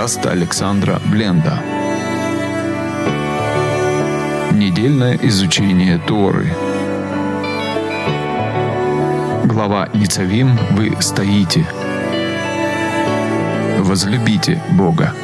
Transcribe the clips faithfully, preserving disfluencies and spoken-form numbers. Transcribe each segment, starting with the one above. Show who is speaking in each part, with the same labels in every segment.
Speaker 1: подкаст Александра Бленда. Недельное изучение Торы. Глава Ницавим «Вы стоите». Возлюбите Бога.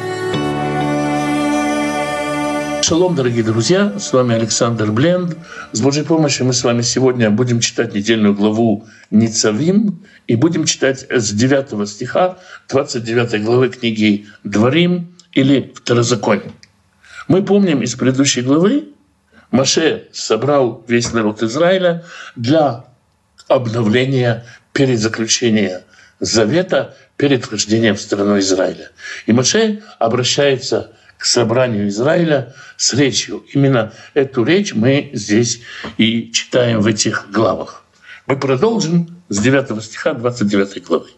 Speaker 2: Шалом, дорогие друзья, с вами Александр Бленд. С Божьей помощью мы с вами сегодня будем читать недельную главу Ницавим и будем читать с девятого стиха двадцать девятой главы книги Дворим или Второзаконие. Мы помним из предыдущей главы, Моше собрал весь народ Израиля для обновления перед заключением завета, перед вхождением в страну Израиля. И Моше обращается к собранию Израиля с речью. Именно эту речь мы здесь и читаем в этих главах. Мы продолжим с девятого стиха двадцать девятой главы.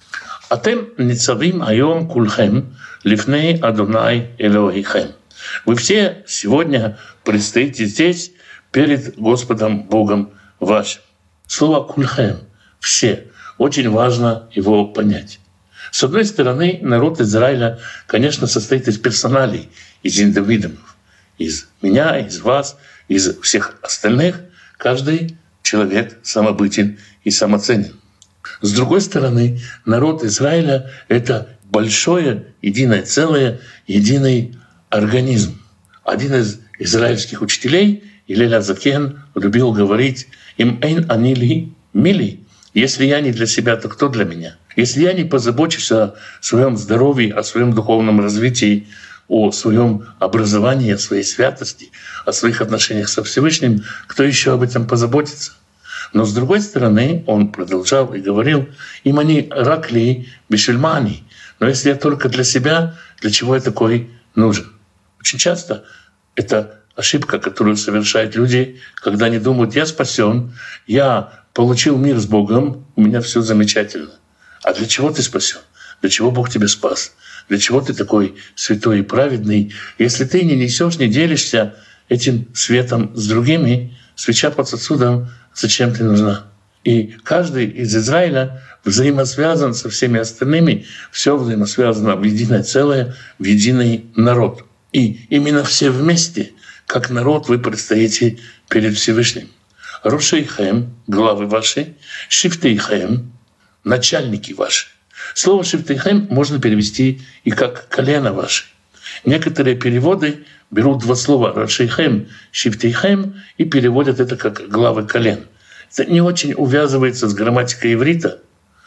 Speaker 2: «Атем ницавим айом кульхем лифней Адонай Элохихем». Вы все сегодня предстоите здесь перед Господом Богом вашим. Слово «кульхем» — «все». Очень важно его понять. С одной стороны, народ Израиля, конечно, состоит из персоналей, из индивидуумов, из меня, из вас, из всех остальных. Каждый человек самобытен и самоценен. С другой стороны, народ Израиля — это большое, единое целое, единый организм. Один из израильских учителей, Илель Азакен, любил говорить: «Им эйн анили мили». Если я не для себя, то кто для меня? Если я не позабочусь о своем здоровье, о своем духовном развитии, о своем образовании, о своей святости, о своих отношениях со Всевышним, кто еще об этом позаботится? Но с другой стороны, он продолжал и говорил: «Им они ракли бишельмани». Но если я только для себя, для чего я такой нужен? Очень часто это ошибка, которую совершают люди, когда они думают: я спасен, я получил мир с Богом, у меня все замечательно. А для чего ты спасен? Для чего Бог тебя спас? Для чего ты такой святой и праведный? Если ты не несешь, не делишься этим светом с другими, свеча под сосудом, зачем ты нужна? И каждый из Израиля взаимосвязан со всеми остальными, все взаимосвязано в единое целое, в единый народ. И именно все вместе, как народ, вы предстоите перед Всевышним. Рошейхем, главы ваши, Шифтейхем, начальники ваши. Слово Шифтейхем можно перевести и как колено ваши. Некоторые переводы берут два слова Рошейхем, Шифтейхем и переводят это как главы колен. Это не очень увязывается с грамматикой иврита.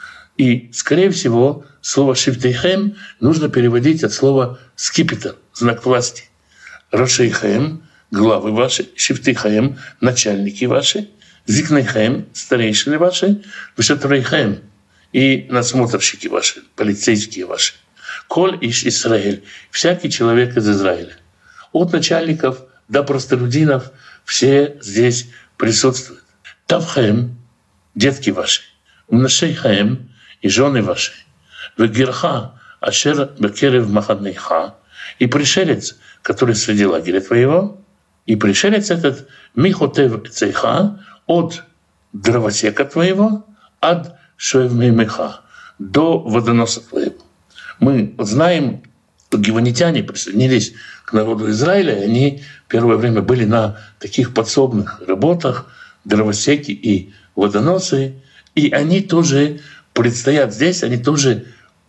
Speaker 2: И, скорее всего, слово Шифтейхем нужно переводить от слова скипетр, знак власти. Рошейхем, главы ваши, Шифтейхем, начальники ваши, Зикнейхем, старейшины ваши, Вишатрейхем и надсмотрщики ваши, полицейские ваши. Коль иш Исраэль, всякий человек из Израиля. От начальников до простолюдинов все здесь присутствуют. Тавхем, детки ваши, Мнашейхем и жены ваши, Вегирха, Ашер Бекерев Махаднейха, и пришелец, который среди лагеря твоего, и пришелец этот Михотев Цейха, от дровосека твоего, от Шоевмеймеха, до водоноса твоего. Мы знаем, что гиванитяне присоединились к народу Израиля, и они первое время были на таких подсобных работах, дровосеки и водоносы, и они тоже предстоят здесь, они тоже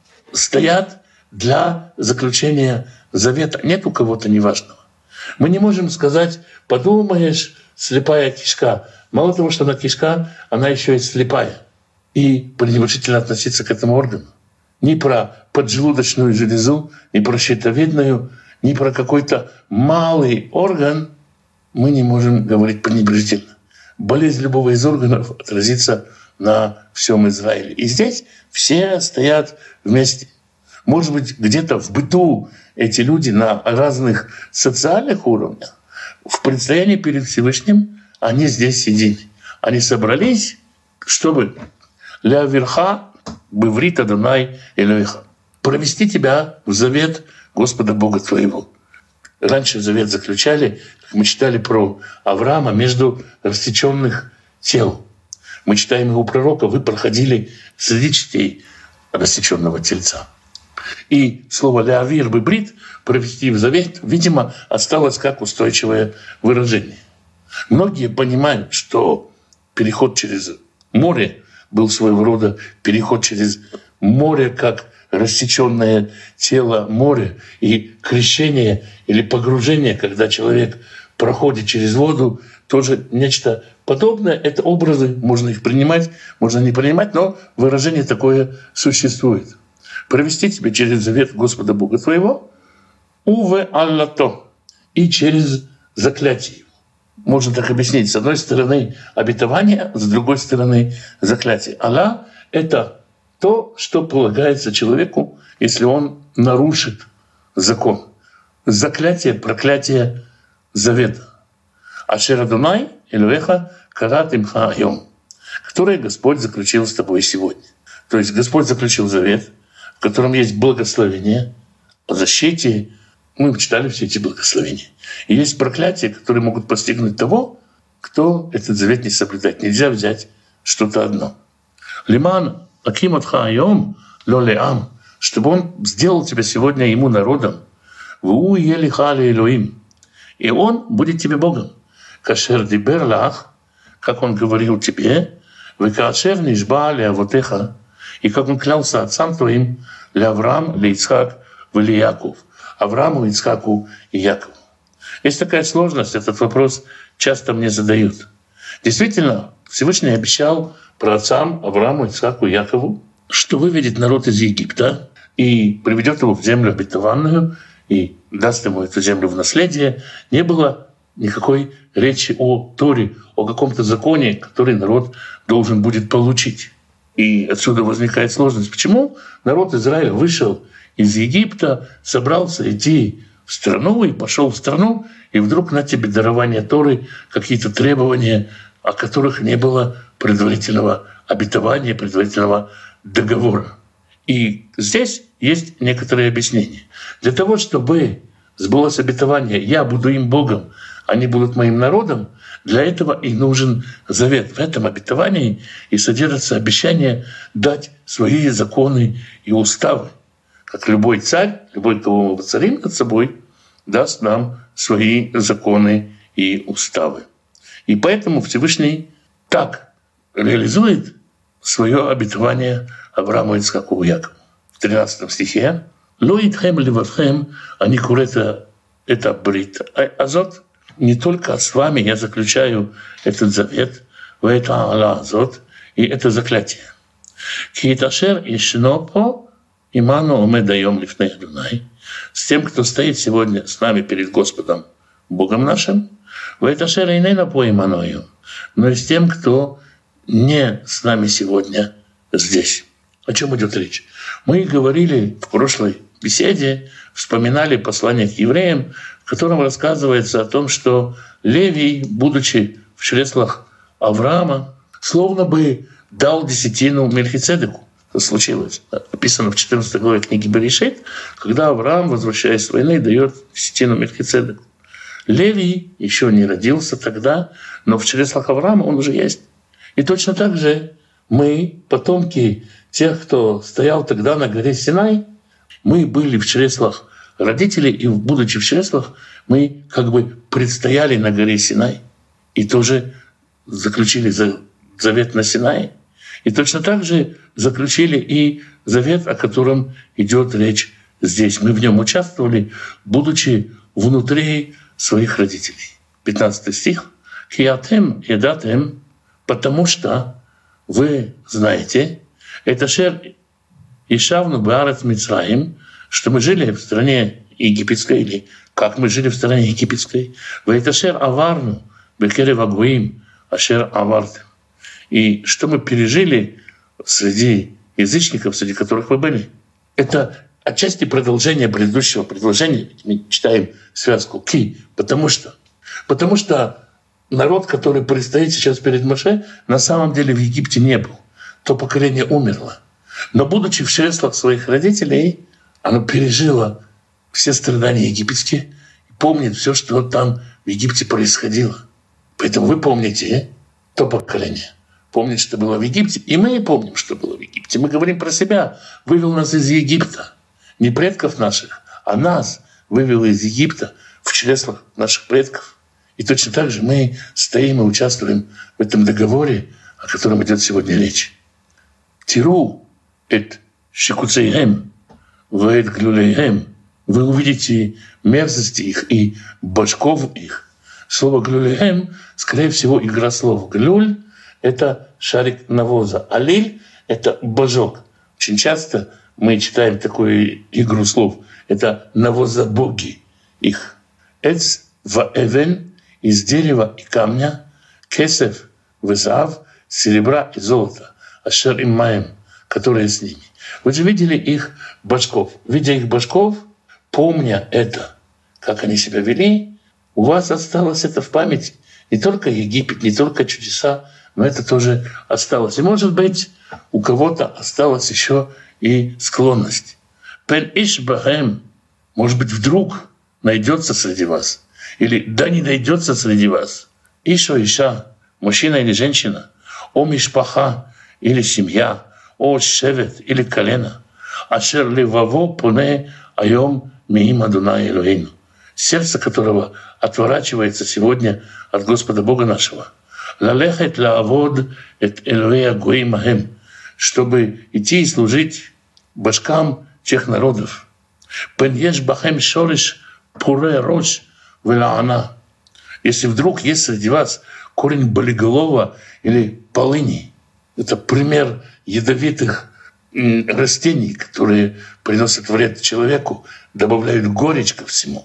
Speaker 2: стоят для заключения завета. Нет у кого-то неважного. Мы не можем сказать: подумаешь, слепая кишка. Мало того, что она кишка, она еще и слепая. И пренебрежительно относиться к этому органу. Ни про поджелудочную железу, ни про щитовидную, ни про какой-то малый орган мы не можем говорить пренебрежительно. Болезнь любого из органов отразится на всем Израиле. И здесь все стоят вместе. Может быть, где-то в быту эти люди на разных социальных уровнях, в предстоянии перед Всевышним, они здесь сидели. Они собрались, чтобы «ля верха быврит Адонай Элохиха» провести тебя в завет Господа Бога твоего. Раньше завет заключали, как мы читали про Авраама, между рассеченных тел. Мы читаем его пророка: вы проходили среди частей рассеченного тельца. И слово «леавир бебрит» — «провести в завет», видимо, осталось как устойчивое выражение. Многие понимают, что переход через море был своего рода переход через море, как рассеченное тело моря, и крещение или погружение, когда человек проходит через воду, тоже нечто подобное. Это образы, можно их принимать, можно не принимать, но выражение такое существует. Провести тебя через завет Господа Бога твоего, уве аллато, и через заклятие. Можно так объяснить. С одной стороны обетование, с другой стороны заклятие. Алла — это то, что полагается человеку, если он нарушит закон. Заклятие, проклятие завета. Ашер Адонай Элоэха карат имха айом, который Господь заключил с тобой сегодня. То есть Господь заключил завет, в котором есть благословение о защите. Мы читали все эти благословения. И есть проклятия, которые могут постигнуть того, кто этот завет не соблюдает. Нельзя взять что-то одно. Лиман аким отха айом ло леам, чтобы он сделал тебя сегодня ему народом. Ву елиха ле Элоим, и он будет тебе Богом. Кашер дибер лах, как он говорил тебе, векашер нишба ле авотеха, и как он клялся отцам твоим, ле Авраам, ле Ицхак, ле Яков, Аврааму, Ицхаку и Якову. Есть такая сложность, этот вопрос часто мне задают. Действительно, Всевышний обещал праотцам Аврааму, Ицхаку и Якову, что выведет народ из Египта и приведет его в землю обетованную и даст ему эту землю в наследие. Не было никакой речи о Торе, о каком-то законе, который народ должен будет получить. И отсюда возникает сложность. Почему народ Израиля вышел из Египта, собрался идти в страну и пошел в страну, и вдруг на тебе дарование Торы, какие-то требования, о которых не было предварительного обетования, предварительного договора. И здесь есть некоторые объяснения. Для того, чтобы сбылось обетование «Я буду им Богом, они будут моим народом», для этого и нужен завет. В этом обетовании и содержится обещание дать свои законы и уставы. Как любой царь, любой, кого мы воцарим над собой, даст нам свои законы и уставы. И поэтому Всевышний так реализует свое обетование Аврааму, Ицхаку и Якову. В тринадцатом стихе «Ло итхем левавхем», они курят это брит азот, не только с вами я заключаю этот завет, в это алла азот, и это заклятие. Ки ташер ишно по иману омед айом лифней Адонай, с тем, кто стоит сегодня с нами перед Господом Богом нашим, в это шер инейна по иману айом, но и с тем, кто не с нами сегодня здесь. О чем идет речь? Мы говорили в прошлой беседе, вспоминали послание к евреям, в котором рассказывается о том, что Левий, будучи в чреслах Авраама, словно бы дал десятину Мельхицедеку. Это случилось. Написано в четырнадцатой главе книги Берешит, когда Авраам, возвращаясь с войны, дает десятину Мельхицедеку. Левий еще не родился тогда, но в чреслах Авраама он уже есть. И точно так же мы, потомки тех, кто стоял тогда на горе Синай, мы были в чреслах родителей, и, будучи в чреслах, мы как бы предстояли на горе Синай и тоже заключили завет на Синае. И точно так же заключили и завет, о котором идет речь здесь. Мы в нем участвовали, будучи внутри своих родителей. пятнадцатый стих. «Киатем едатем», потому что вы знаете, это шер ишавну баарец Мицраим, что мы жили в стране египетской, или как мы жили в стране египетской. «Ваэташер аварну бекерев агуим ашер авартем». И что мы пережили среди язычников, среди которых вы были. Это отчасти продолжение предыдущего предложения. Мы читаем связку «ки», потому что, потому что народ, который предстоит сейчас перед Моше, на самом деле в Египте не был. То поколение умерло. Но будучи в чреслах своих родителей, оно пережило все страдания египетские и помнит все, что там в Египте происходило. Поэтому вы помните то поколение. Помнит, что было в Египте. И мы помним, что было в Египте. Мы говорим про себя. Вывел нас из Египта. не предков наших, а нас вывел из Египта в чреслах наших предков. И точно так же мы стоим и участвуем в этом договоре, о котором идет сегодня речь. Тиру эт шикуцейхем, вэт глюлейхем. Вы увидите мерзости их и башков их. Слово глюлейхем, скорее всего, игра слов. Глюль — это шарик навоза, а лиль — это божок. Очень часто мы читаем такую игру слов. Это навозобоги их. Эц ваэвен — из дерева и камня, кесев везав — серебра и золота, ашер им маем, которые с ними. Вы же видели их башков. Видя их башков, помня это, как они себя вели, у вас осталось это в памяти. Не только Египет, не только чудеса, но это тоже осталось. И, может быть, у кого-то осталась еще и склонность. Пен иш бахем, может быть, вдруг найдется среди вас, или да не найдется среди вас. Ишо иша, мужчина или женщина, о мишпаха или семья, о шевет или колено, ашер леваво пуне айом миим Адонай Элоэйну, сердце которого отворачивается сегодня от Господа Бога нашего. Лалехет лаавод эт Элоэя гоим ахэм, чтобы идти и служить башкам тех народов. Пен еш бахем шориш пуре рош велаана. Если вдруг есть среди вас корень болиголова или полыни, это пример ядовитых растений, которые приносят вред человеку, добавляют горечь ко всему.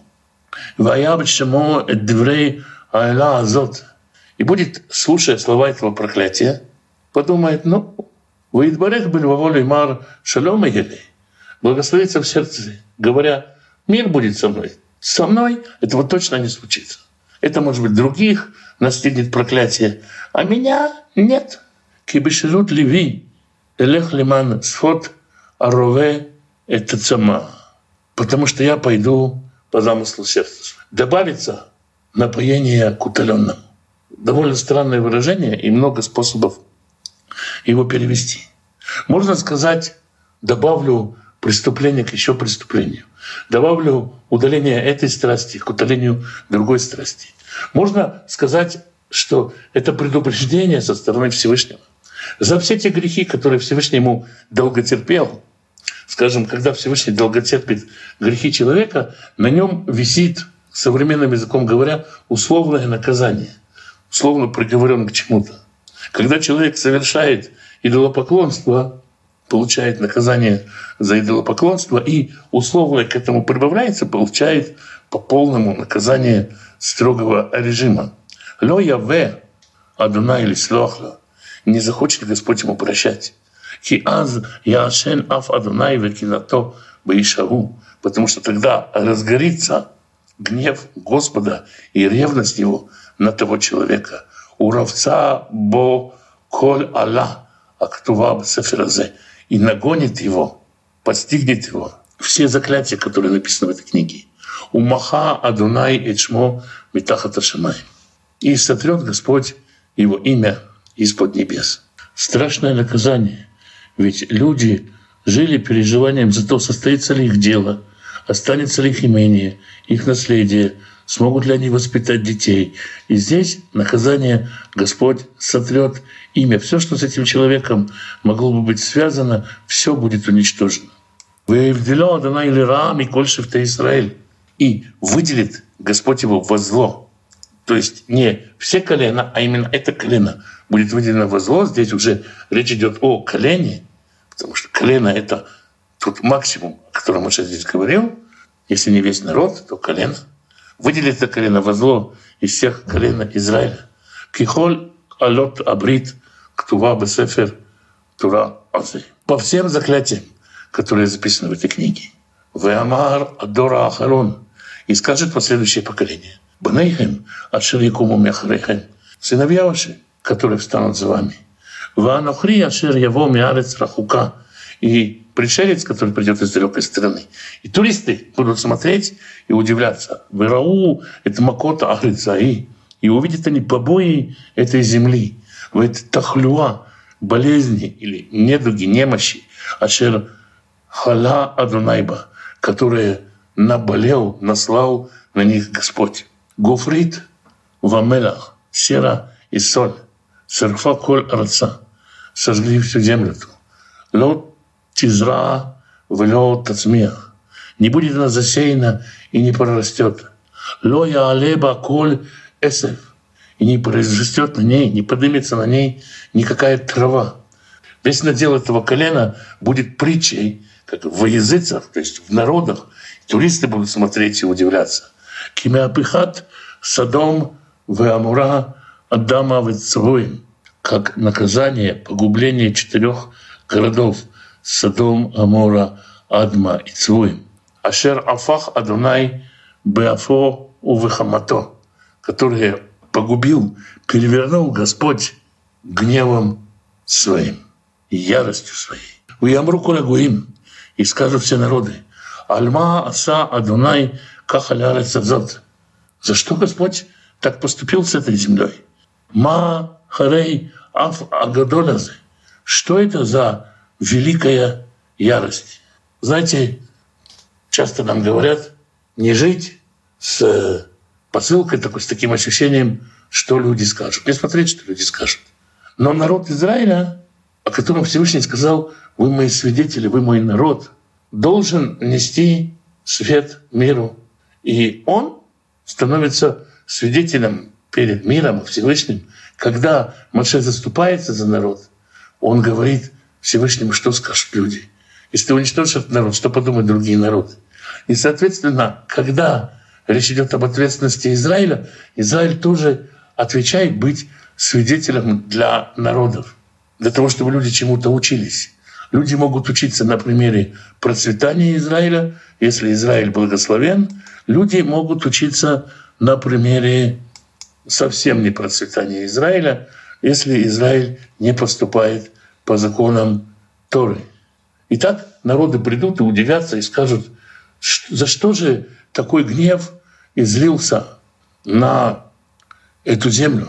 Speaker 2: И будет, слушая слова этого проклятия, подумает: ну, «Ваидбарех бельваволь мар шалом егелей», благословится в сердце, говоря: «Мир будет со мной». Со мной этого точно не случится. Это, может быть, других настигнет проклятие, а меня нет. Кибеширут леви, элех лиман сфот арове это цама. Потому что я пойду по замыслу сердца. Добавится напоение к утоленному. Довольно странное выражение, и много способов его перевести. Можно сказать: добавлю преступление к еще преступлению. Добавлю удаление этой страсти к удалению другой страсти. Можно сказать, что это предупреждение со стороны Всевышнего. За все те грехи, которые Всевышний ему долго терпел, скажем, когда Всевышний долго терпит грехи человека, на нем висит, современным языком говоря, условное наказание, условно приговорен к чему-то. Когда человек совершает идолопоклонство, получает наказание за идолопоклонство и условно к этому прибавляется, получает по полному наказание строгого режима. Ло яве Адонай лислохла, не захочет Господь ему прощать. Ки аз яшен аф Адонай векинато баишаву, потому что тогда разгорится гнев Господа и ревность его на того человека. Уравца бо коль Алла актува бсефиразе, и нагонит его, постигнет его все заклятия, которые написаны в этой книге. Умаха Адонай эчмо митахат ашамай, и сотрет Господь его имя из-под небес. Страшное наказание, ведь люди жили переживанием за то, состоится ли их дело, останется ли их имение, их наследие, смогут ли они воспитать детей. И здесь наказание Господь сотрет имя. Все, что с этим человеком могло бы быть связано, все будет уничтожено. И выделит Господь его во зло. То есть не все колена, а именно это колено будет выделено во зло. Здесь уже речь идет о колене, потому что колено — это тот максимум, о котором я сейчас здесь говорил. Если не весь народ, то колено. Выделит это колено во зло из всех колен Израиля. Кихоль алот абрит ктува бесефер тура азе. По всем заклятиям, которые записаны в этой книге. Веамар адора ахарон. И скажет последующее поколение: Бнейхем ашер якуму мехрейхем. Сыновья ваши, которые встанут за вами. Ваанохри ашер яво миарец рахука. И пришелец, который придет из далекой страны. И туристы будут смотреть и удивляться. Верау — это макота ахрицаи. И увидят они побои этой земли. В это тахлюа, болезни или недуги, немощи. Ашер хала Адунайба, которые наболел, наслал на них Господь. Гофрит вамелах, сера и соль, сарфа коль арца, сожгли всю землю. Лот тизра влё тацмех, не будет она засеяна и не прорастет. Лоя алеба коль эсев, и не произрастет на ней, не поднимется на ней никакая трава. Весь надел этого колена будет притчей, как в языцах, то есть в народах. Туристы будут смотреть и удивляться. Кимеапихат Содом веамура Адама вецруим, как наказание погубления четырех городов Содом, Амора, Адма и Цруим. Ашер афах Адонай беафо увехамато, которые погубил, перевернул Господь гневом своим и яростью своей. Уямру колагуим, и скажут все народы: Альма аса Адонай кахаляре цадзот. За что Господь так поступил с этой землей? Ма харей аф агадолазе. Что это за великая ярость? Знаете, часто нам говорят не жить с посылкой такой, с таким ощущением, что люди скажут. Не смотреть, что люди скажут. Но народ Израиля, о котором Всевышний сказал: «Вы мои свидетели, вы мой народ», должен нести свет миру. И он становится свидетелем перед миром, Всевышним. Когда Моше заступается за народ, он говорит Всевышнему, что скажут люди. Если ты уничтожишь этот народ, что подумают другие народы? И, соответственно, когда речь идет об ответственности Израиля, Израиль тоже отвечает быть свидетелем для народов, для того, чтобы люди чему-то учились. Люди могут учиться на примере процветания Израиля. Если Израиль благословен, люди могут учиться на примере совсем не процветания Израиля, если Израиль не поступает по законам Торы. Итак, народы придут и удивятся и скажут: за что же такой гнев излился на эту землю?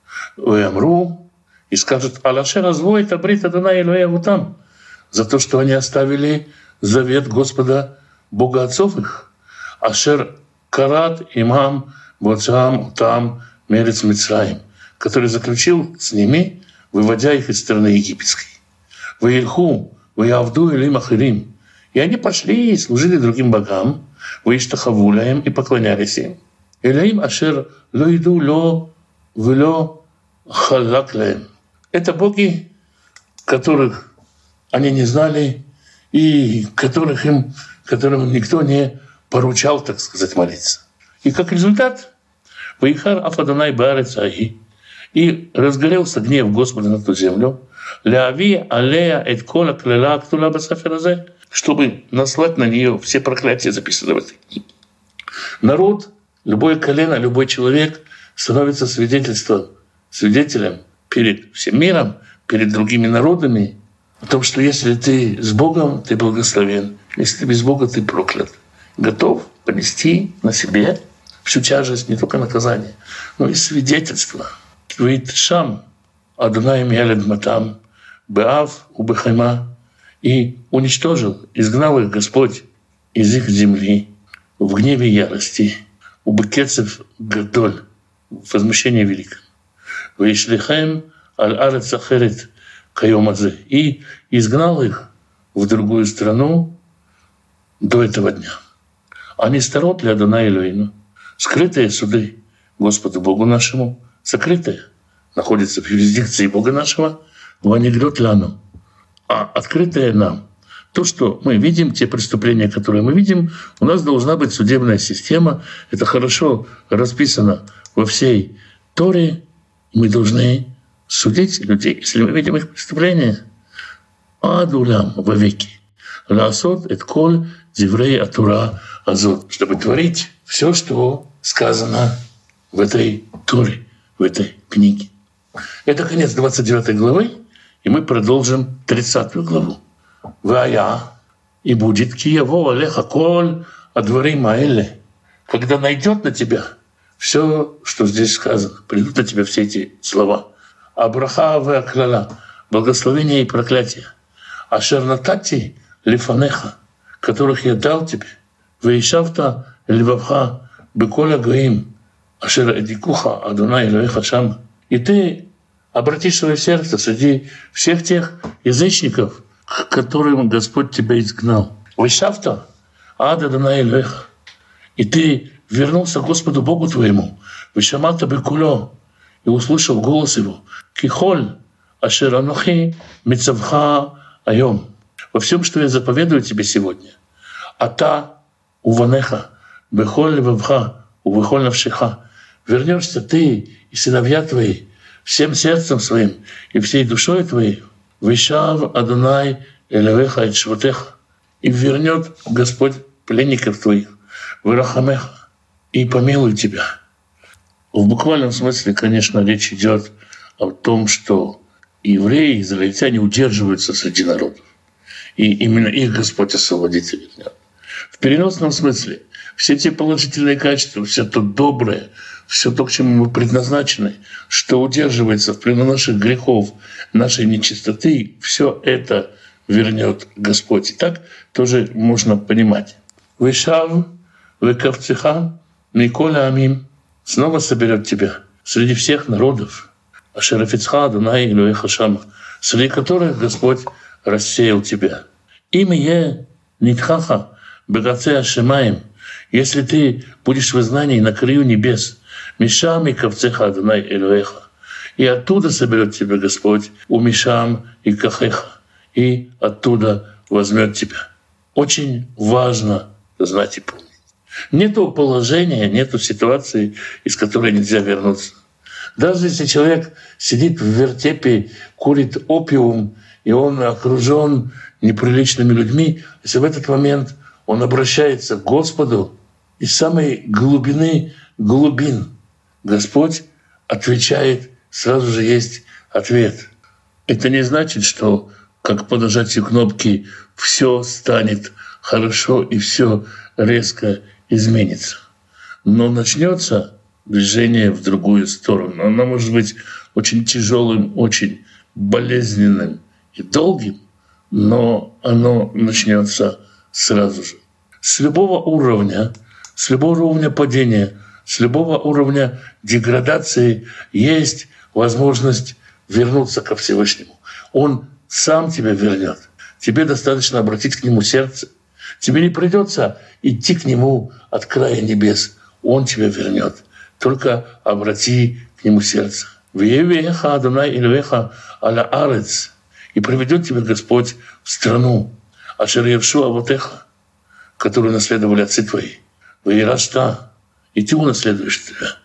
Speaker 2: Уэмру, и скажут: Алаше развоит абрит Адонай Элоэву там, за то, что они оставили завет Господа, Бога отцов их. Ашер карат имам боцам там мерец Мицраим, который заключил с ними, выводя их из страны египетской. Ваильху, ваявду илим ахирим. И они пошли и служили другим богам, ваиштахавуляем, и поклонялись им. Элаим ашер ло иду ло вло халаклаем. Это боги, которых они не знали и которых им, которым никто не поручал, так сказать, молиться. И как результат, «Ваихар афадонай баарец аги», и разгорелся гнев Господа на ту землю, «Леави алея эт кола клела актула басаферазе», чтобы наслать на нее все проклятия, записанные в этой книге. Народ, любое колено, любой человек становится свидетельством, свидетелем перед всем миром, перед другими народами о том, что если ты с Богом, ты благословен, если ты без Бога, ты проклят. Готов понести на себе всю тяжесть не только наказания, но и свидетельства. Ведь Шам Адонай миэлед матам беав убехайма, и уничтожил, изгнал их Господь из их земли в гневе и ярости, убекецев гадоль, в возмущении великом. Вейшлихаем аль-арец ахерет кайомазе, и изгнал их в другую страну до этого дня. Они старот для Адонай Элоэйну. Скрытые суды Господу Богу нашему, сокрытые, находятся в юрисдикции Бога нашего, в анекдот ляну. А открытое нам, то, что мы видим, те преступления, которые мы видим, у нас должна быть судебная система. Это хорошо расписано во всей Торе. Мы должны судить людей, если мы видим их преступления. Адулям вовеки. Лаасот эт коль диврей атура азот. Чтобы творить все, что сказано в этой Торе, в этой книге. Это конец двадцать девятой главы. И мы продолжим тридцатую главу. «Вая, и будет киево алеха коль адварим аэле». Когда найдет на тебя все, что здесь сказано, придут на тебя все эти слова. «Абраха ве аклала», благословение и проклятие. «Ашер натати лифанеха, которых я дал тебе, вейшавта львавха беколя гаим, ашер эдикуха Адонай Элоэха шам. И ты обратишь свое сердце среди всех тех язычников, к которым Господь тебя изгнал. Вейшавта ад Адонай Элоэха. И ты вернулся к Господу Богу твоему, вишамата бекуло, и услышал голос его, кихоль ашер анохи мицавха айом. Во всем, что я заповедую тебе сегодня, ата уванеха бехоль левавха увехоль навшиха. Вернешься ты и сыновья твои всем сердцем своим и всей душой твоей, вишав Адонай Элоэха эт швотеха, и вернет Господь пленников твоих, вырахамеха, и помилует тебя. В буквальном смысле, конечно, речь идет о том, что евреи, израильтяне удерживаются среди народов. И именно их Господь освободит и вернет. В переносном смысле все те положительные качества, все то доброе, все то, к чему мы предназначены, что удерживается в плену наших грехов, нашей нечистоты, все это вернет Господь. И так тоже можно понимать. Вышав, векавцеха, Миколя Амим, снова соберет тебя среди всех народов, Ашерафицха, Адонай Элоэха шам, среди которых Господь рассеял тебя. Имя е нитхаха бегаце ашемаем, если ты будешь в изгнании на краю небес, Мишам и кавцеха Адонай Элоэха, и оттуда соберет тебя Господь, у Мишам и кахеха, и оттуда возьмет тебя. Очень важно знать и помнить. Нету положения, нету ситуации, из которой нельзя вернуться. Даже если человек сидит в вертепе, курит опиум, и он окружен неприличными людьми, если в этот момент он обращается к Господу из самой глубины глубин, Господь отвечает, сразу же есть ответ. Это не значит, что как по нажатию кнопки все станет хорошо и все резко изменится. Но начнется движение в другую сторону. Оно может быть очень тяжелым, очень болезненным и долгим, но оно начнется сразу же. С любого уровня, с любого уровня падения, с любого уровня деградации есть возможность вернуться ко Всевышнему. Он сам тебя вернет. Тебе достаточно обратить к Нему сердце. Тебе не придется идти к Нему от края небес. Он тебя вернет. Только обрати к Нему сердце. «Веевеха Адонай Элоэха аля арец», и приведет тебя Господь в страну, ашер явшу авотеха, которую наследовали отцы твои. «Веирашта», и ты унаследуешь тебя.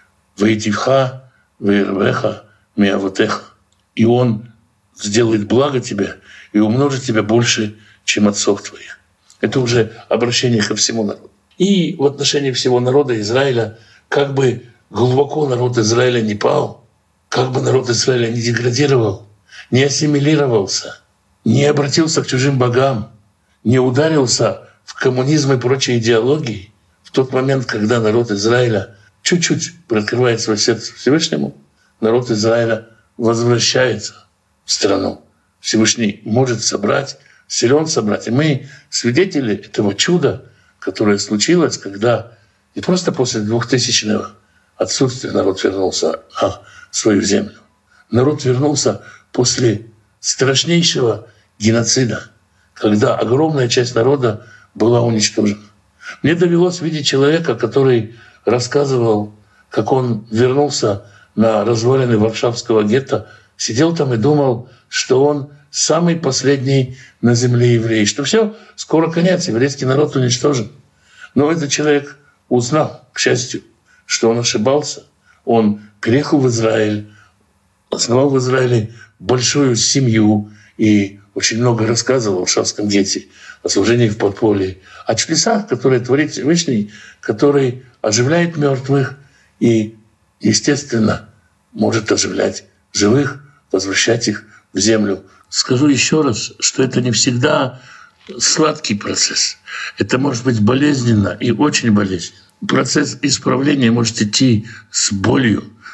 Speaker 2: «Веитивха веирвеха миавотеха», и Он сделает благо тебе и умножит тебя больше, чем отцов твоих. Это уже обращение ко всему народу. И в отношении всего народа Израиля, как бы глубоко народ Израиля не пал, как бы народ Израиля не деградировал, не ассимилировался, не обратился к чужим богам, не ударился в коммунизм и прочие идеологии, в тот момент, когда народ Израиля чуть-чуть приоткрывает свое сердце Всевышнему, народ Израиля возвращается в страну. Всевышний может собрать, силен собрать. И мы свидетели этого чуда, которое случилось, когда не просто после двухтысячного отсутствия народ вернулся на свою землю. Народ вернулся после страшнейшего геноцида, когда огромная часть народа была уничтожена. Мне довелось видеть человека, который рассказывал, как он вернулся на развалины Варшавского гетто, сидел там и думал, что он самый последний на земле еврей, что все, скоро конец, еврейский народ уничтожен. Но этот человек узнал, к счастью, что он ошибался. Он приехал в Израиль, основал в Израиле большую семью и очень много рассказывал о Варшавском гетте, о служении в подполье, о чудесах, которые творит Всевышний, который оживляет мертвых и, естественно, может оживлять живых, возвращать их в землю. Скажу еще раз, что это не всегда сладкий процесс. Это может быть болезненно и очень болезненно. Процесс исправления может идти с болью,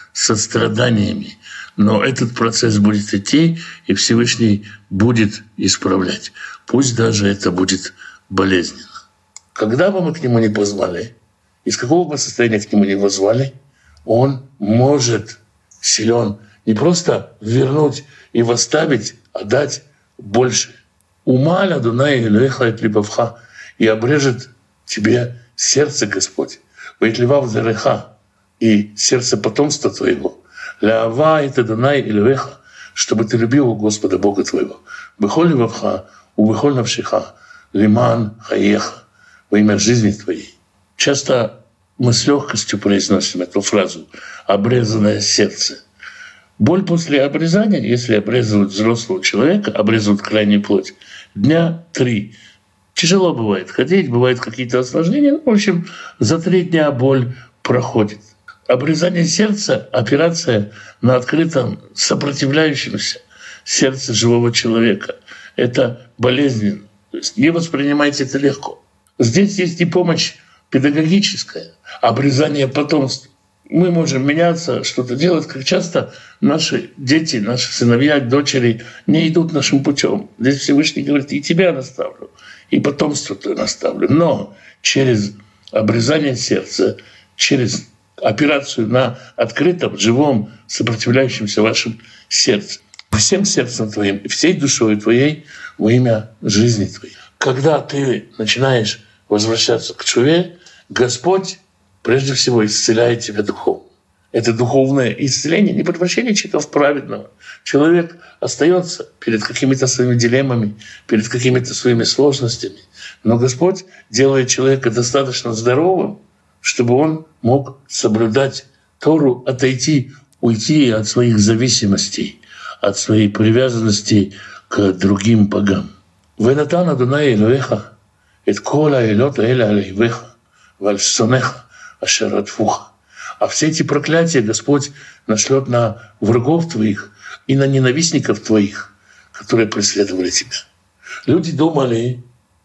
Speaker 2: со страданиями. Но этот процесс будет идти, и Всевышний будет исправлять. Пусть даже это будет болезненно. Когда бы мы к нему не позвали, из какого бы состояния к нему не позвали, он может, силен, не просто вернуть и восставить, а дать больше. Умаль Адонай Элоэха эт либавха, и обрежет тебе сердце Господь. Вейтлевав зареха, и сердце потомства твоего. Лаава эт Адонай Элоэха, чтобы ты любил Господа Бога твоего. Бехоль либавха, убехоль навшиха, лиман хаеха, во имя жизни твоей. Часто мы с легкостью произносим эту фразу «обрезанное сердце». Боль после обрезания, если обрезывают взрослого человека, обрезывают крайнюю плоть, дня три. Тяжело бывает ходить, бывают какие-то осложнения. Ну, в общем, за три дня боль проходит. Обрезание сердца — операция на открытом сопротивляющемся сердце живого человека. Это болезненно. То есть не воспринимайте это легко. Здесь есть и помощь педагогическая, обрезание потомства. Мы можем меняться, что-то делать, как часто наши дети, наши сыновья, дочери не идут нашим путем. Здесь Всевышний говорит: и тебя наставлю, и потомство твое наставлю. Но через обрезание сердца, через операцию на открытом, живом, сопротивляющемся вашем сердце, всем сердцем твоим, всей душой твоей во имя жизни твоей. Когда ты начинаешь возвращаться к Тшуве, Господь прежде всего исцеляет тебя духовно. Это духовное исцеление, не превращение человека в праведного. Человек остается перед какими-то своими дилеммами, перед какими-то своими сложностями. Но Господь делает человека достаточно здоровым, чтобы он мог соблюдать Тору, отойти, уйти от своих зависимостей, от своей привязанности к другим богам. «Венатан Адонай Элоэха эт кол аэлот аэле алейвеха валь сонеха ашер адфуха». А все эти проклятия Господь нашлет на врагов твоих и на ненавистников твоих, которые преследовали тебя. Люди думали,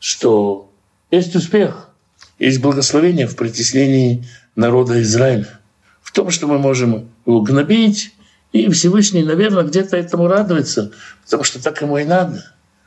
Speaker 2: что есть успех, есть благословение в притеснении народа Израиля, в том, что мы можем его гнобить, и Всевышний, наверное, где-то этому радуется, потому что так ему и надо.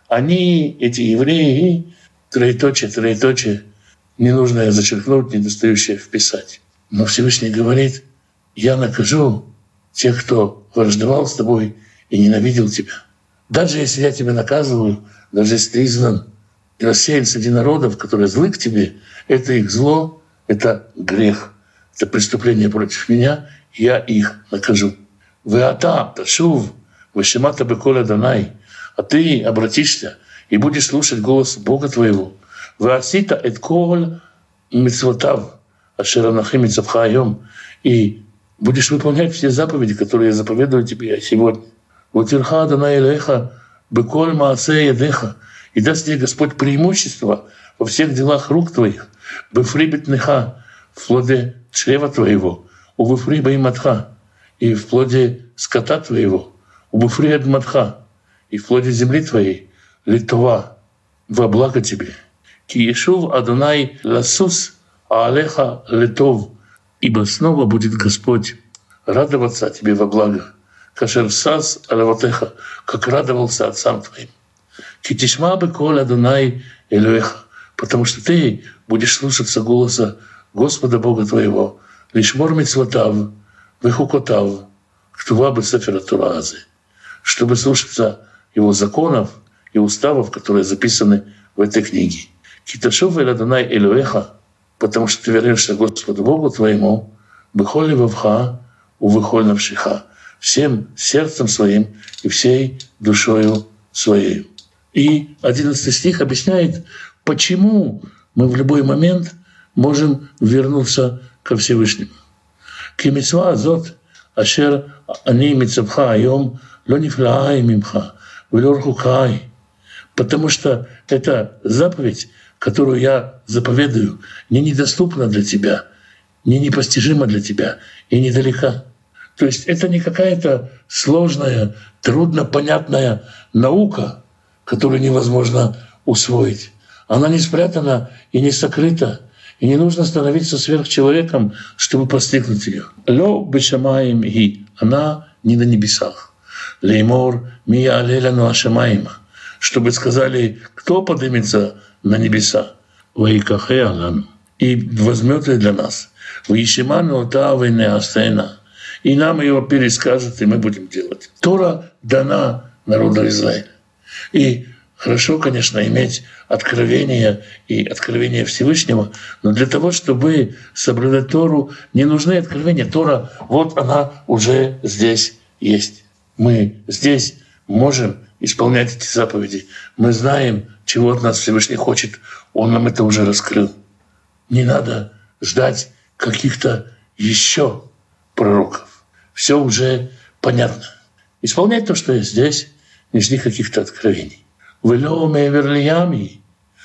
Speaker 2: Они, эти евреи, троеточие, троеточие, ненужное зачеркнуть, недостающее вписать. Но Всевышний говорит: я накажу тех, кто враждовал с тобой и ненавидел тебя. Даже если я тебя наказываю, даже если ты изгнан и рассеян среди народов, которые злы к тебе, это их зло, это грех, это преступление против меня, я их накажу. «Веата ташув вешемата беколь Адонай», а ты обратишься и будешь слушать голос Бога твоего. «Веасита эт коль мицвотав ашер анахи мицавха айом», и будешь выполнять все заповеди, которые я заповедую тебе сегодня. «Вотирха Адонай элеха беколь маасе ядеха», и даст тебе Господь преимущество во всех делах рук твоих. «Бефри бетнеха», в плоде чрева твоего. «У бефри баиматха», и в плоде скота твоего. «У бефри адматха», и в плоде земли твоей. «Литова», во благо тебе. «Ки ешув Адонай ласус аалеха литов», ибо снова будет Господь радоваться тебе во благо. «Кашер сас алаватеха», как радовался отцам твоим. «Ки тишма беколь Адонай элоэха», потому что ты будешь слушаться голоса Господа Бога твоего. «Лишмор мицвотав вехукотав ктува бесефер Тора азе», чтобы слушаться его законов и уставов, которые записаны в этой книге. «Киташув эль Адонай элоэха», потому что ты вернешься к Господу Богу твоему, «бехоль левавха увехоль навшиха», всем сердцем своим и всей душою своей. И одиннадцатый стих объясняет, почему мы в любой момент можем вернуться ко Всевышнему. «Ки мицва азот ашер ани мицавха айом ло нифлаай мимха вело рхукай», потому что эта заповедь, которую я заповедую, не недоступна для тебя, не непостижима для тебя и недалека. То есть это не какая-то сложная, трудно понятная наука, которую невозможно усвоить. Она не спрятана и не сокрыта, И не нужно становиться сверхчеловеком, чтобы постигнуть ее. Ло бешамаим ги. Она не на небесах. Леймор мия алеляну ашамаима. Чтобы сказали, кто поднимется на небеса. Ваикахе алану. И возьмет ли для нас. Ваишиману тавы не астена. И нам его перескажет, и мы будем делать. Тора дана народу Израиля. И хорошо, конечно, иметь откровение и откровение Всевышнего, но для того, чтобы соблюдать Тору, не нужны откровения. Тора, вот она уже здесь есть. Мы здесь можем исполнять эти заповеди. Мы знаем, чего от нас Всевышний хочет. Он нам это уже раскрыл. Не надо ждать каких-то еще пророков. Все уже понятно. Исполнять то, что есть здесь, не жди каких-то откровений. «Вело ме'евер лиями,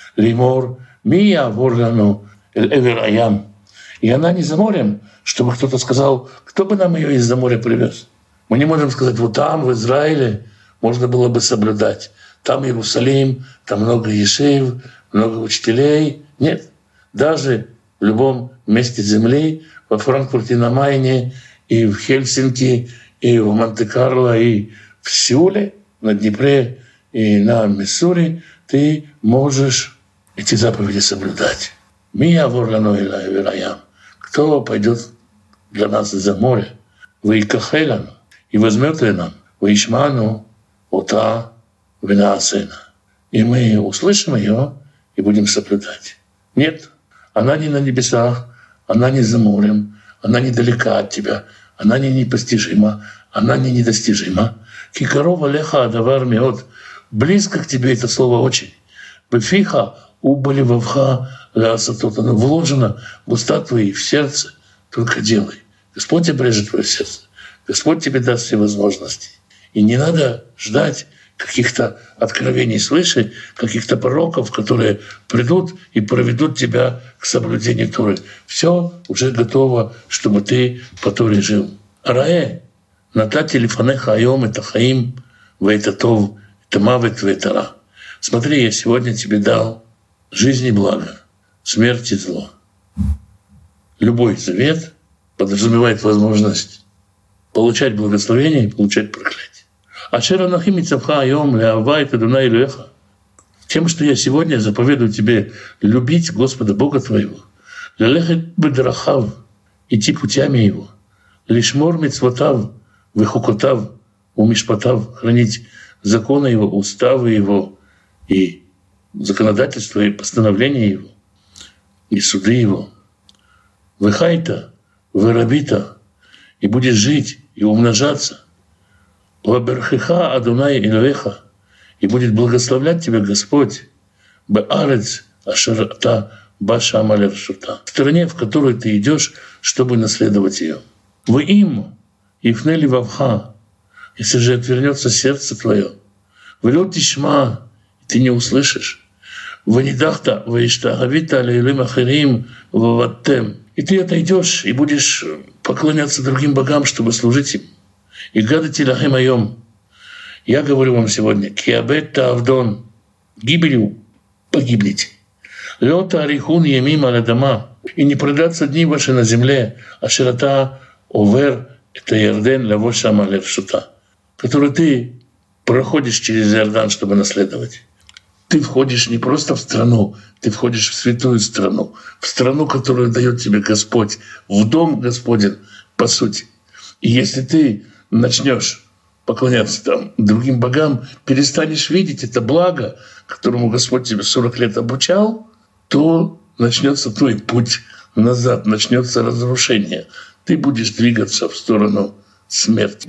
Speaker 2: лимор ми явор лану эль эвер аям». И она не за морем, чтобы кто-то сказал, кто бы нам ее из-за моря привез. Мы не можем сказать, вот там, в Израиле, можно было бы соблюдать. Там Иерусалим, там много ешив, много учителей. Нет. Даже в любом месте земли, во Франкфурте на Майне, и в Хельсинки, и в Монте-Карло, и в Сеуле, на Днепре, и на Миссури, ты можешь эти заповеди соблюдать. «Мия ворлано ила вераям». Кто пойдет для нас из-за моря? «Ваикахелану». И возьмет ли нам? «Ваишману ота венаасена». И мы услышим ее и будем соблюдать. Нет, она не на небесах, она не за морем, она недалека от тебя, она не непостижима, она не недостижима. Кикарова леха адавар меот. Близко к тебе это слово очень. Бефиха убали вавха лясатот. Оно вложено в уста твои, в сердце. Только делай. Господь обрежет твое сердце. Господь тебе даст все возможности. И не надо ждать каких-то откровений свыше, каких-то пророков, которые придут и проведут тебя к соблюдению Торы. Все уже готово, чтобы ты по Торе жил. Арае, натати лифанеха айом это хаим, вейта тов, это мавет, вейта ра. Смотри, я сегодня тебе дал жизнь и благо, смерть и зло. Любой завет подразумевает возможность получать благословение и получать проклятие. Ашер анахи мицавха айом леавайт Адонай Элоэха. Тем, что я сегодня заповедую тебе любить Господа Бога твоего, лелехет бедрахав, идти путями Его, лишмор мицвотав, вехукотав, умишпатав, хранить законы Его, уставы Его и законодательство и постановления Его, и суды Его. Вехайта, верабита, и будешь жить и умножаться. Ваберхиха Адонай Элоэха, и будет благословлять тебя Господь, Беарец Ашарата Баша Амалер Шута, в стране, в которой ты идешь, чтобы наследовать ее. Вы им, Ифнели Вавха, если же отвернется сердце твое, Велет Тишма, и ты не услышишь, Ванидахта, Ваиштагавита, Алейлим Ахарим, Ваваттем, и ты отойдешь и будешь поклоняться другим богам, чтобы служить им. И гадати лахем айом. Я говорю вам сегодня, киабет тавдон, гибелью погибнете. Лёта арихун ямим аладама, и не продаться дни ваши на земле, а широта овер, это Ярден лавоша амалер шута, который ты проходишь через Иордан, чтобы наследовать. Ты входишь не просто в страну, ты входишь в святую страну, в страну, которую дает тебе Господь, в дом Господень, по сути. И если ты начнешь поклоняться там другим богам, перестанешь видеть это благо, которому Господь тебя сорок лет обучал, то начнется твой путь назад, начнется разрушение. Ты будешь двигаться в сторону смерти.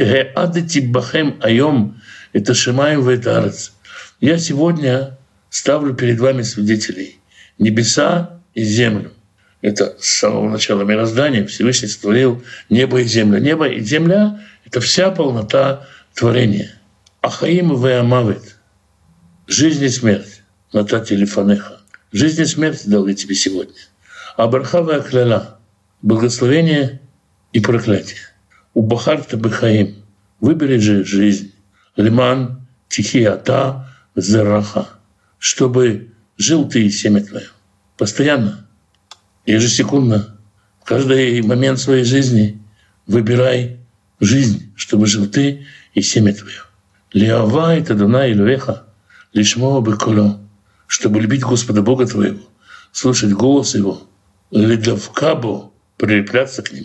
Speaker 2: Это Шимаем вейтарец. Я сегодня ставлю перед вами свидетелей. Небеса и землю. Это с самого начала мироздания Всевышний створил небо и землю. Небо и земля — это вся полнота творения. Ахаим веамавит. Жизнь и смерть. Натати лифанеха. Жизнь и смерть дал я тебе сегодня. Абраха веакляла. Благословение и проклятие. Убахарта бехаим. Выбери же жизнь. Лиман тихиата зараха. Чтобы жил ты и семя твое. Постоянно ежесекундно, в каждый момент своей жизни выбирай жизнь, чтобы жил ты и семя твое. Лиава это Адонай Элоэха, лишмо беколо, чтобы любить Господа Бога твоего, слушать голос Его, ледавкабо, прилепляться к Нему.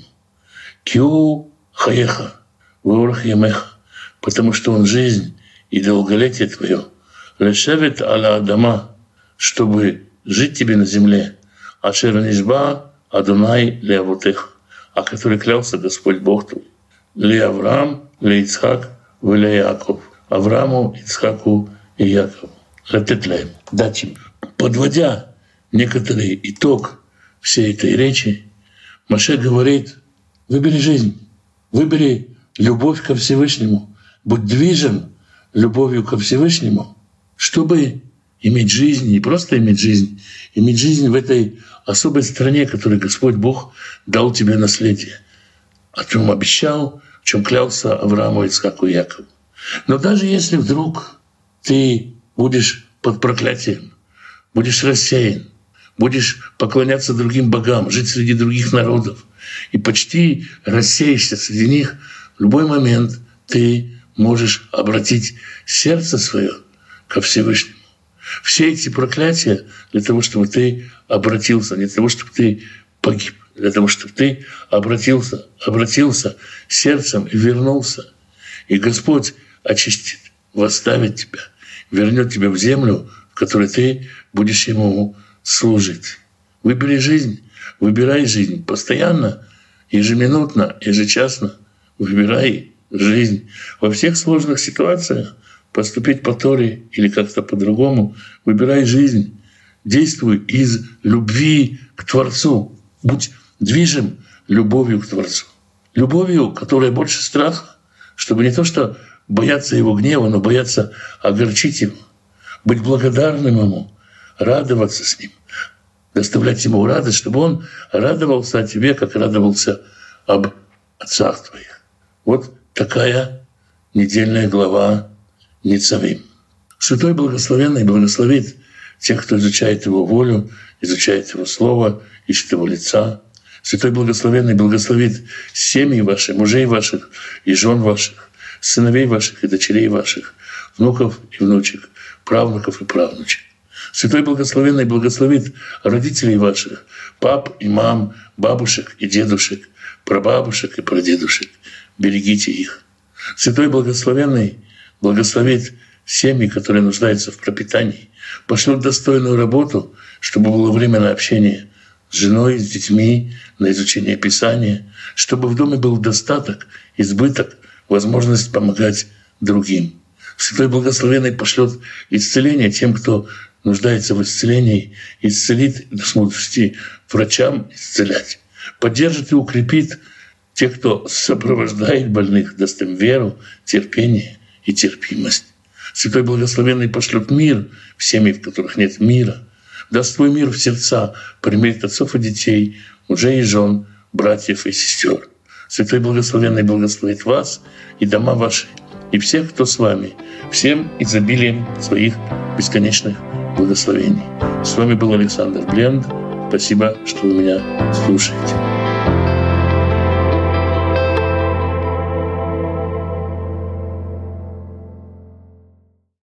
Speaker 2: Киу хаеха, веорах ямеха, потому что Он жизнь и долголетие твое. Лешевет аля Адама, чтобы жить тебе на земле. Ашер нишба Адонай леавотех, о которой клялся Господь Бог твой. Ле Авраам, ле Ицхак, ле Яков. Аврааму, Ицхаку и Якову. Лететлеем, дать им. Подводя некоторый итог всей этой речи, Моше говорит: выбери жизнь, выбери любовь ко Всевышнему, будь движим любовью ко Всевышнему, чтобы иметь жизнь, не просто иметь жизнь, иметь жизнь в этой особой стране, которой Господь Бог дал тебе наследие, о чем обещал, в чем клялся Аврааму, Ицхаку и Якову. Но даже если вдруг ты будешь под проклятием, будешь рассеян, будешь поклоняться другим богам, жить среди других народов и почти рассеешься среди них, в любой момент ты можешь обратить сердце свое ко Всевышнему. Все эти проклятия для того, чтобы ты обратился, не для того, чтобы ты погиб, для того, чтобы ты обратился, обратился сердцем и вернулся. И Господь очистит, восставит тебя, вернет тебя в землю, в которой ты будешь Ему служить. Выбери жизнь, выбирай жизнь постоянно, ежеминутно, ежечасно. Выбирай жизнь. Во всех сложных ситуациях поступить по Торе или как-то по-другому. Выбирай жизнь. Действуй из любви к Творцу. Будь движим любовью к Творцу. Любовью, которая больше страха, чтобы не то что бояться Его гнева, но бояться огорчить Его. Быть благодарным Ему, радоваться с Ним, доставлять Ему радость, чтобы Он радовался о тебе, как радовался об отцах твоих. Вот такая недельная глава Ницавим. Святой Благословенный благословит тех, кто изучает Его волю, изучает Его Слово, ищет Его лица. Святой Благословенный благословит семьи ваши, мужей ваших и жен ваших, сыновей ваших и дочерей ваших, внуков и внучек, правнуков и правнучек. Святой Благословенный благословит родителей ваших, пап и мам, бабушек и дедушек, прабабушек и прадедушек. Берегите их. Святой Благословенный благословит семьи, которые нуждаются в пропитании, пошлет достойную работу, чтобы было время на общение с женой, с детьми, на изучение Писания, чтобы в доме был достаток, избыток, возможность помогать другим. Святой Благословенный пошлет исцеление тем, кто нуждается в исцелении, исцелит, смудрости врачам исцелять, поддержит и укрепит тех, кто сопровождает больных, даст им веру, терпение и терпимость. Святой Благословенный пошлет мир в семьи, в которых нет мира, даст свой мир в сердца, примирит отцов и детей, мужей и жен, братьев и сестер. Святой Благословенный благословит вас и дома ваши, и всех, кто с вами, всем изобилием своих бесконечных благословений. С вами был Александр Бленд. Спасибо, что вы меня слушаете.